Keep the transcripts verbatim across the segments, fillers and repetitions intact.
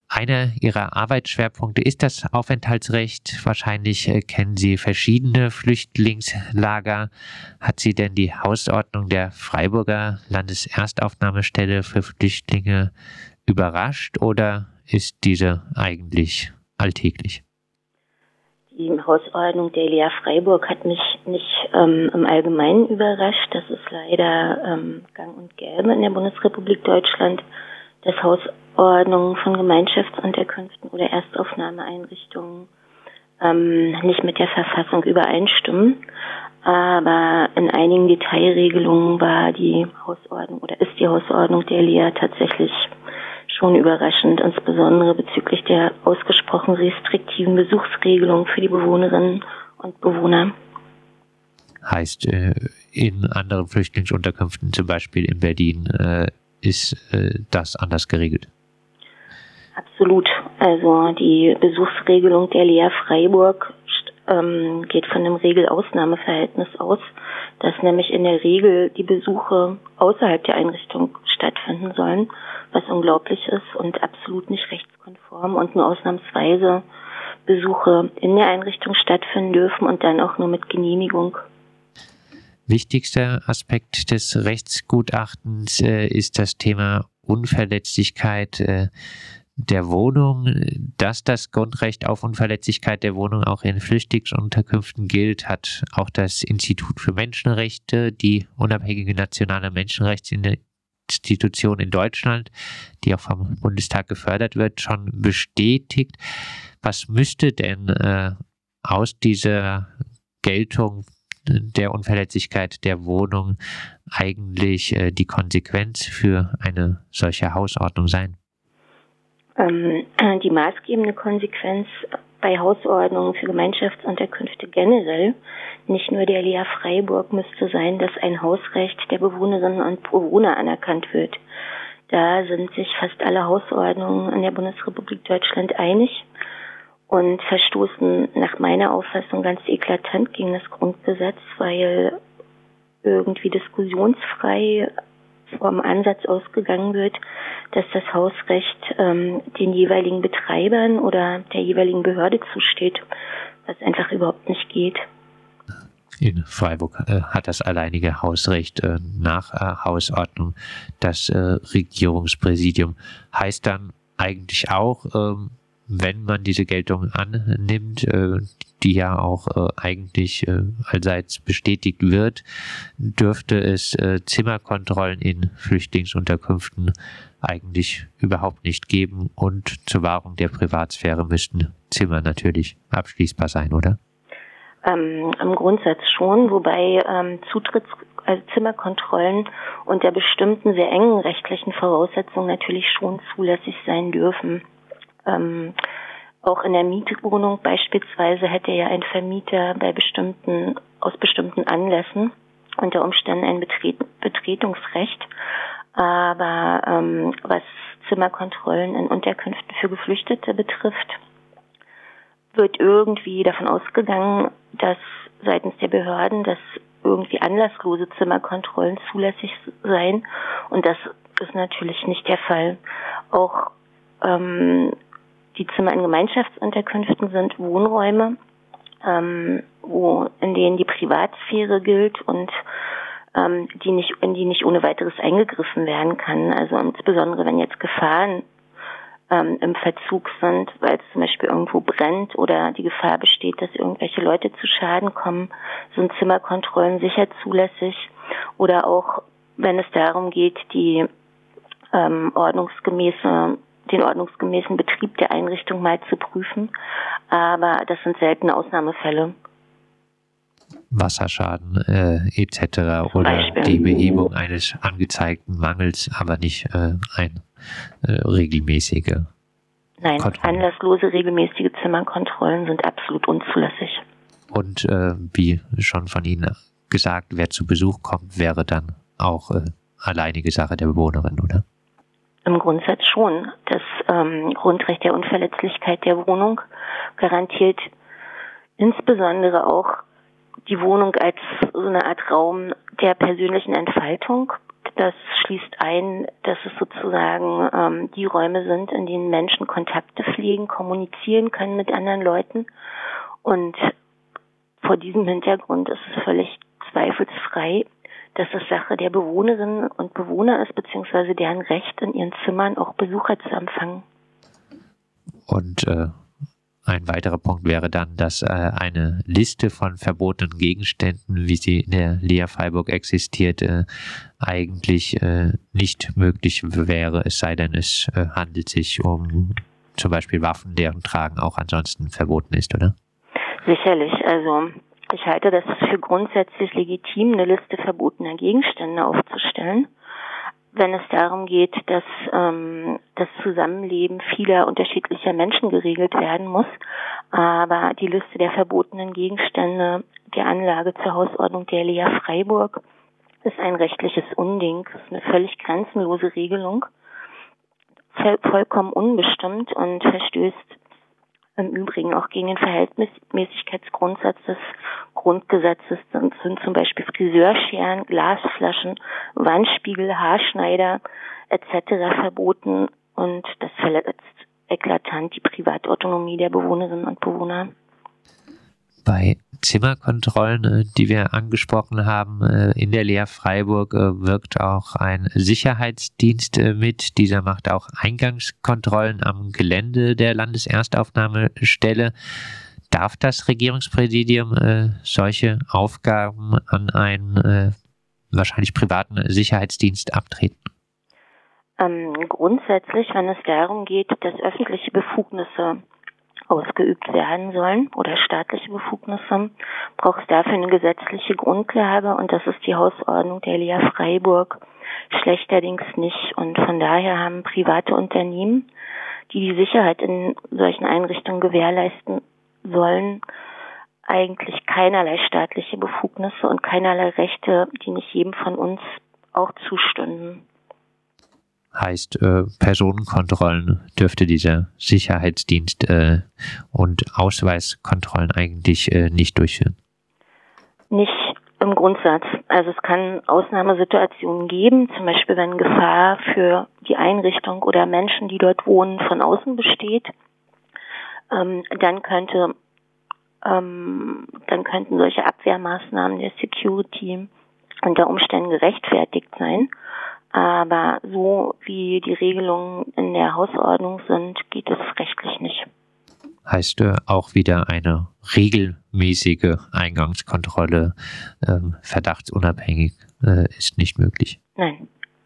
Einer Ihrer Arbeitsschwerpunkte ist das Aufenthaltsrecht. Wahrscheinlich äh, kennen Sie verschiedene Flüchtlingslager. Hat Sie denn die Hausordnung der Freiburger Landeserstaufnahmestelle für Flüchtlinge überrascht oder ist diese eigentlich alltäglich? Die Hausordnung der L E A Freiburg hat mich nicht ähm, im Allgemeinen überrascht. Das ist leider ähm, gang und gäbe in der Bundesrepublik Deutschland, dass Hausordnungen von Gemeinschaftsunterkünften oder Erstaufnahmeeinrichtungen ähm, nicht mit der Verfassung übereinstimmen. Aber in einigen Detailregelungen war die Hausordnung oder ist die Hausordnung der L E A tatsächlich schon überraschend, insbesondere bezüglich der ausgesprochen restriktiven Besuchsregelung für die Bewohnerinnen und Bewohner. Heißt, in anderen Flüchtlingsunterkünften, zum Beispiel in Berlin, ist das anders geregelt? Absolut. Also die Besuchsregelung der L E A Freiburg ähm, geht von einem Regel-Ausnahme-Verhältnis aus, dass nämlich in der Regel die Besuche außerhalb der Einrichtung stattfinden sollen, was unglaublich ist und absolut nicht rechtskonform und nur ausnahmsweise Besuche in der Einrichtung stattfinden dürfen und dann auch nur mit Genehmigung. Wichtigster Aspekt des Rechtsgutachtens äh, ist das Thema Unverletzlichkeit äh, der Wohnung. Dass das Grundrecht auf Unverletzlichkeit der Wohnung auch in Flüchtlingsunterkünften gilt, hat auch das Institut für Menschenrechte, die unabhängige nationale Menschenrechtsinstitution in Deutschland, die auch vom Bundestag gefördert wird, schon bestätigt. Was müsste denn äh, aus dieser Geltung der Unverletzlichkeit der Wohnung eigentlich äh, die Konsequenz für eine solche Hausordnung sein? Ähm, die maßgebende Konsequenz bei Hausordnungen für Gemeinschaftsunterkünfte generell, nicht nur der L E A Freiburg, müsste sein, dass ein Hausrecht der Bewohnerinnen und Bewohner anerkannt wird. Da sind sich fast alle Hausordnungen in der Bundesrepublik Deutschland einig und verstoßen nach meiner Auffassung ganz eklatant gegen das Grundgesetz, weil irgendwie diskussionsfrei vom Ansatz ausgegangen wird, dass das Hausrecht ähm, den jeweiligen Betreibern oder der jeweiligen Behörde zusteht, was einfach überhaupt nicht geht. In Freiburg äh, hat das alleinige Hausrecht äh, nach äh, Hausordnung das äh, Regierungspräsidium. Heißt dann eigentlich auch, ähm, wenn man diese Geltung annimmt, äh, die ja auch äh, eigentlich äh, allseits bestätigt wird, dürfte es äh, Zimmerkontrollen in Flüchtlingsunterkünften eigentlich überhaupt nicht geben und zur Wahrung der Privatsphäre müssten Zimmer natürlich abschließbar sein, oder? Ähm, im Grundsatz schon, wobei ähm, Zutritts-, also Zimmerkontrollen unter bestimmten sehr engen rechtlichen Voraussetzungen natürlich schon zulässig sein dürfen. Ähm, auch in der Mietwohnung beispielsweise hätte ja ein Vermieter bei bestimmten, aus bestimmten Anlässen unter Umständen ein Betret- Betretungsrecht. Aber ähm, was Zimmerkontrollen in Unterkünften für Geflüchtete betrifft, wird irgendwie davon ausgegangen, dass seitens der Behörden, dass irgendwie anlasslose Zimmerkontrollen zulässig seien. Und das ist natürlich nicht der Fall. Auch ähm, die Zimmer in Gemeinschaftsunterkünften sind Wohnräume, ähm, wo, in denen die Privatsphäre gilt und ähm, die nicht, in die nicht ohne weiteres eingegriffen werden kann. Also insbesondere wenn jetzt Gefahren ähm, im Verzug sind, weil es zum Beispiel irgendwo brennt oder die Gefahr besteht, dass irgendwelche Leute zu Schaden kommen, sind Zimmerkontrollen sicher zulässig. Oder auch wenn es darum geht, die ähm, ordnungsgemäße den ordnungsgemäßen Betrieb der Einrichtung mal zu prüfen. Aber das sind seltene Ausnahmefälle. Wasserschaden äh, et cetera oder Beispiel. Die Behebung eines angezeigten Mangels, aber nicht äh, ein äh, regelmäßige Nein, Kontrolle. Anlasslose regelmäßige Zimmerkontrollen sind absolut unzulässig. Und äh, wie schon von Ihnen gesagt, wer zu Besuch kommt, wäre dann auch äh, alleinige Sache der Bewohnerin, oder? Im Grundsatz schon. Das ähm, Grundrecht der Unverletzlichkeit der Wohnung garantiert insbesondere auch die Wohnung als so eine Art Raum der persönlichen Entfaltung das schließt ein, dass es sozusagen ähm, die Räume sind, in denen Menschen Kontakte pflegen, kommunizieren können mit anderen Leuten. Und vor diesem Hintergrund ist es völlig zweifelsfrei, dass es Sache der Bewohnerinnen und Bewohner ist, beziehungsweise deren Recht, in ihren Zimmern auch Besucher zu empfangen. Und äh, ein weiterer Punkt wäre dann, dass äh, eine Liste von verbotenen Gegenständen, wie sie in der Lea Freiburg existiert, äh, eigentlich äh, nicht möglich wäre, es sei denn, es äh, handelt sich um zum Beispiel Waffen, deren Tragen auch ansonsten verboten ist, oder? Sicherlich. Also ich halte das für grundsätzlich legitim, eine Liste verbotener Gegenstände aufzustellen, wenn es darum geht, dass ähm, das Zusammenleben vieler unterschiedlicher Menschen geregelt werden muss. Aber die Liste der verbotenen Gegenstände der Anlage zur Hausordnung der Lea Freiburg ist ein rechtliches Unding. Das ist eine völlig grenzenlose Regelung, vollkommen unbestimmt und verstößt im Übrigen auch gegen den Verhältnismäßigkeitsgrundsatz des Grundgesetzes. Dann sind zum Beispiel Friseurscheren, Glasflaschen, Wandspiegel, Haarschneider et cetera verboten und das verletzt eklatant die Privatautonomie der Bewohnerinnen und Bewohner. Bei Zimmerkontrollen, die wir angesprochen haben, in der Lea Freiburg wirkt auch ein Sicherheitsdienst mit. Dieser macht auch Eingangskontrollen am Gelände der Landeserstaufnahmestelle. Darf das Regierungspräsidium äh, solche Aufgaben an einen äh, wahrscheinlich privaten Sicherheitsdienst abtreten? Ähm, grundsätzlich, wenn es darum geht, dass öffentliche Befugnisse ausgeübt werden sollen oder staatliche Befugnisse, braucht es dafür eine gesetzliche Grundlage und das ist die Hausordnung der Lea Freiburg schlechterdings nicht. Und von daher haben private Unternehmen, die die Sicherheit in solchen Einrichtungen gewährleisten sollen, eigentlich keinerlei staatliche Befugnisse und keinerlei Rechte, die nicht jedem von uns auch zustünden. Heißt, äh, Personenkontrollen dürfte dieser Sicherheitsdienst äh, und Ausweiskontrollen eigentlich äh, nicht durchführen? Nicht im Grundsatz. Also es kann Ausnahmesituationen geben, zum Beispiel wenn Gefahr für die Einrichtung oder Menschen, die dort wohnen, von außen besteht. Ähm, dann könnte, ähm, dann könnten solche Abwehrmaßnahmen der Security unter Umständen gerechtfertigt sein. Aber so wie die Regelungen in der Hausordnung sind, geht es rechtlich nicht. Heißt äh, auch wieder eine regelmäßige Eingangskontrolle, ähm, verdachtsunabhängig, äh, ist nicht möglich. Nein.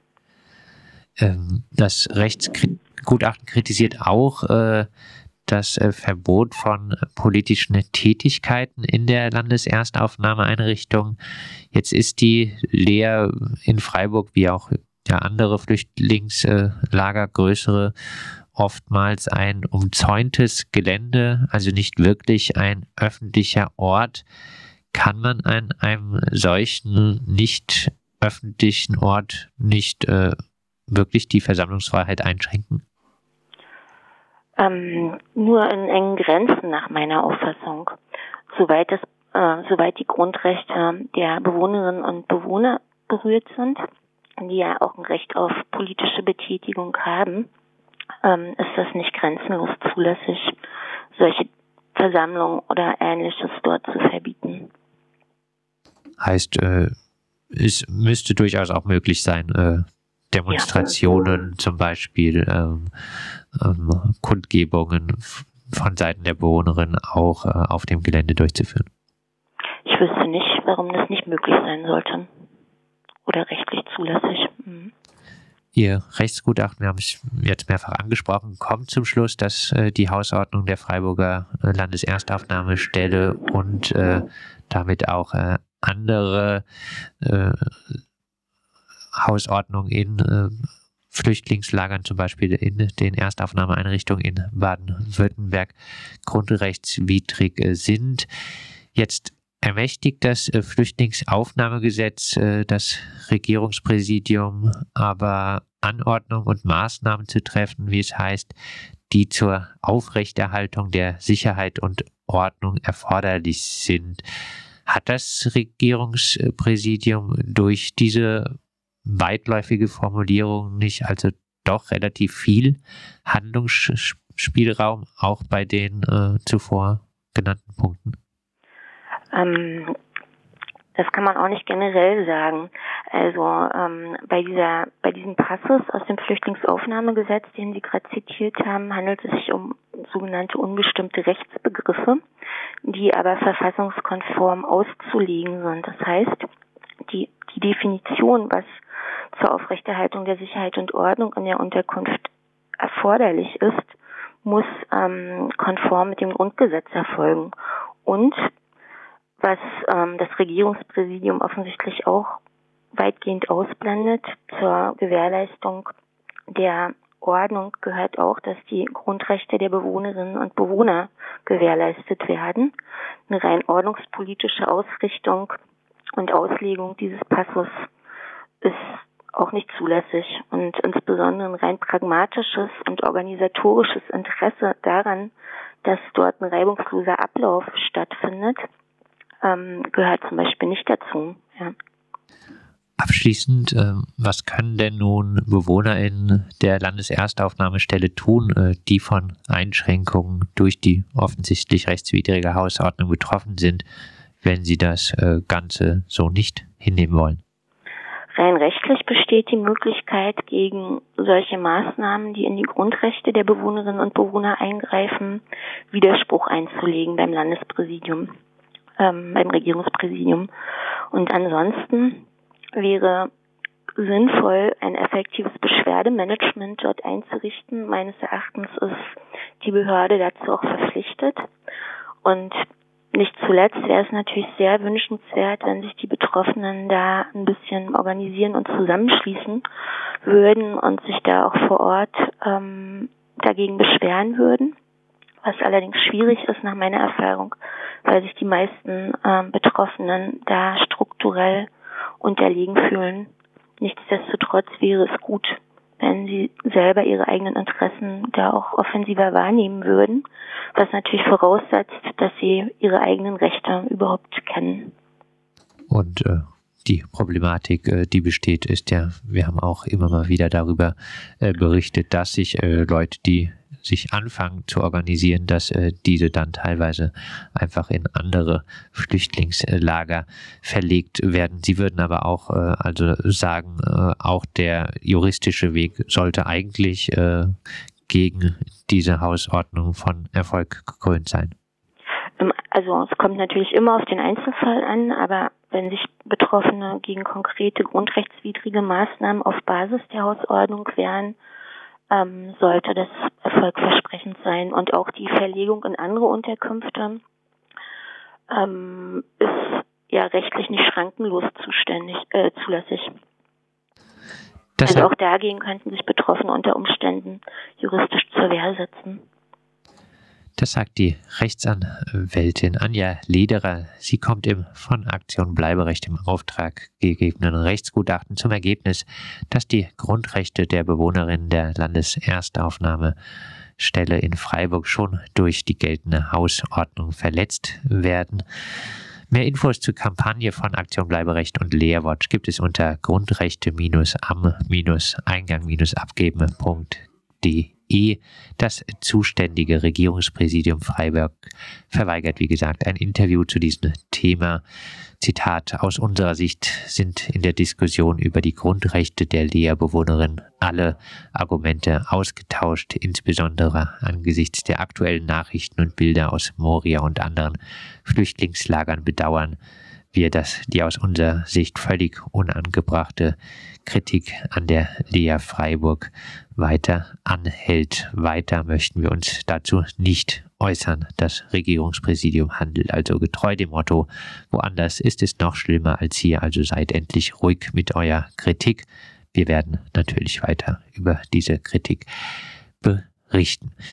Ähm, das Rechtsgutachten kritisiert auch äh, das äh, Verbot von politischen Tätigkeiten in der Landeserstaufnahmeeinrichtung. Jetzt ist die Lea in Freiburg, wie auch ja, andere Flüchtlingslager, größere, oftmals ein umzäuntes Gelände, also nicht wirklich ein öffentlicher Ort. Kann man an einem solchen nicht öffentlichen Ort nicht äh, wirklich die Versammlungsfreiheit einschränken? Ähm, nur in engen Grenzen nach meiner Auffassung. Soweit, es, äh, soweit die Grundrechte der Bewohnerinnen und Bewohner berührt sind, die ja auch ein Recht auf politische Betätigung haben, ähm, ist das nicht grenzenlos zulässig, solche Versammlungen oder Ähnliches dort zu verbieten. Heißt, äh, es müsste durchaus auch möglich sein, äh, Demonstrationen, ja. zum Beispiel ähm, ähm, Kundgebungen von Seiten der Bewohnerinnen auch äh, auf dem Gelände durchzuführen. Ich wüsste nicht, warum das nicht möglich sein sollte oder rechtlich zulässig. Mhm. Ihr Rechtsgutachten, wir haben es jetzt mehrfach angesprochen, kommt zum Schluss, dass äh, die Hausordnung der Freiburger äh, Landeserstaufnahmestelle und äh, damit auch äh, andere äh, Hausordnungen in äh, Flüchtlingslagern, zum Beispiel in den Erstaufnahmeeinrichtungen in Baden-Württemberg, grundrechtswidrig äh, sind. Jetzt ermächtigt das äh, Flüchtlingsaufnahmegesetz äh, das Regierungspräsidium aber Anordnungen und Maßnahmen zu treffen, wie es heißt, die zur Aufrechterhaltung der Sicherheit und Ordnung erforderlich sind. Hat das Regierungspräsidium durch diese weitläufige Formulierung nicht, also doch relativ viel Handlungsspielraum auch bei den äh, zuvor genannten Punkten? Ähm, das kann man auch nicht generell sagen. Also ähm, bei dieser, bei diesem Passus aus dem Flüchtlingsaufnahmegesetz, den Sie gerade zitiert haben, handelt es sich um sogenannte unbestimmte Rechtsbegriffe, die aber verfassungskonform auszulegen sind. Das heißt, die, die Definition, was zur Aufrechterhaltung der Sicherheit und Ordnung in der Unterkunft erforderlich ist, muss ähm, konform mit dem Grundgesetz erfolgen. Und was ähm, das Regierungspräsidium offensichtlich auch weitgehend ausblendet, zur Gewährleistung der Ordnung gehört auch, dass die Grundrechte der Bewohnerinnen und Bewohner gewährleistet werden. Eine rein ordnungspolitische Ausrichtung und Auslegung dieses Passus ist auch nicht zulässig, und insbesondere ein rein pragmatisches und organisatorisches Interesse daran, dass dort ein reibungsloser Ablauf stattfindet, ähm, gehört zum Beispiel nicht dazu. Ja. Abschließend, äh, was können denn nun BewohnerInnen der Landeserstaufnahmestelle tun, äh, die von Einschränkungen durch die offensichtlich rechtswidrige Hausordnung betroffen sind, wenn sie das äh, Ganze so nicht hinnehmen wollen? Rein rechtlich besteht die Möglichkeit, gegen solche Maßnahmen, die in die Grundrechte der Bewohnerinnen und Bewohner eingreifen, Widerspruch einzulegen beim Landespräsidium, ähm, beim Regierungspräsidium. Und ansonsten wäre sinnvoll, ein effektives Beschwerdemanagement dort einzurichten. Meines Erachtens ist die Behörde dazu auch verpflichtet. Und nicht zuletzt wäre es natürlich sehr wünschenswert, wenn sich die Betroffenen da ein bisschen organisieren und zusammenschließen würden und sich da auch vor Ort ähm, dagegen beschweren würden, was allerdings schwierig ist nach meiner Erfahrung, weil sich die meisten ähm, Betroffenen da strukturell unterlegen fühlen. Nichtsdestotrotz wäre es gut, wenn sie selber ihre eigenen Interessen da auch offensiver wahrnehmen würden, was natürlich voraussetzt, dass sie ihre eigenen Rechte überhaupt kennen. Und äh, die Problematik, äh, die besteht, ist ja, wir haben auch immer mal wieder darüber äh, berichtet, dass sich äh, Leute, die sich anfangen zu organisieren, dass äh, diese dann teilweise einfach in andere Flüchtlingslager verlegt werden. Sie würden aber auch äh, also sagen, äh, auch der juristische Weg sollte eigentlich äh, gegen diese Hausordnung von Erfolg gekrönt sein. Also es kommt natürlich immer auf den Einzelfall an, aber wenn sich Betroffene gegen konkrete grundrechtswidrige Maßnahmen auf Basis der Hausordnung wehren, ähm, sollte das erfolgversprechend sein. Und auch die Verlegung in andere Unterkünfte ähm, ist ja rechtlich nicht schrankenlos zuständig, äh, zulässig. Das also auch dagegen könnten sich Betroffene unter Umständen juristisch zur Wehr setzen. Das sagt die Rechtsanwältin Anja Lederer. Sie kommt im von Aktion Bleiberecht im Auftrag gegebenen Rechtsgutachten zum Ergebnis, dass die Grundrechte der Bewohnerinnen der Landeserstaufnahmestelle in Freiburg schon durch die geltende Hausordnung verletzt werden. Mehr Infos zur Kampagne von Aktion Bleiberecht und Leerwatch gibt es unter grundrechte-am-eingang-abgeben punkt de. Das zuständige Regierungspräsidium Freiburg verweigert, wie gesagt, ein Interview zu diesem Thema. Zitat: Aus unserer Sicht sind in der Diskussion über die Grundrechte der Leerbewohnerinnen alle Argumente ausgetauscht, insbesondere angesichts der aktuellen Nachrichten und Bilder aus Moria und anderen Flüchtlingslagern bedauern wir, dass die aus unserer Sicht völlig unangebrachte Kritik an der Lea Freiburg weiter anhält. Weiter möchten wir uns dazu nicht äußern. Das Regierungspräsidium handelt also getreu dem Motto: Woanders ist es noch schlimmer als hier, also seid endlich ruhig mit eurer Kritik. Wir werden natürlich weiter über diese Kritik berichten.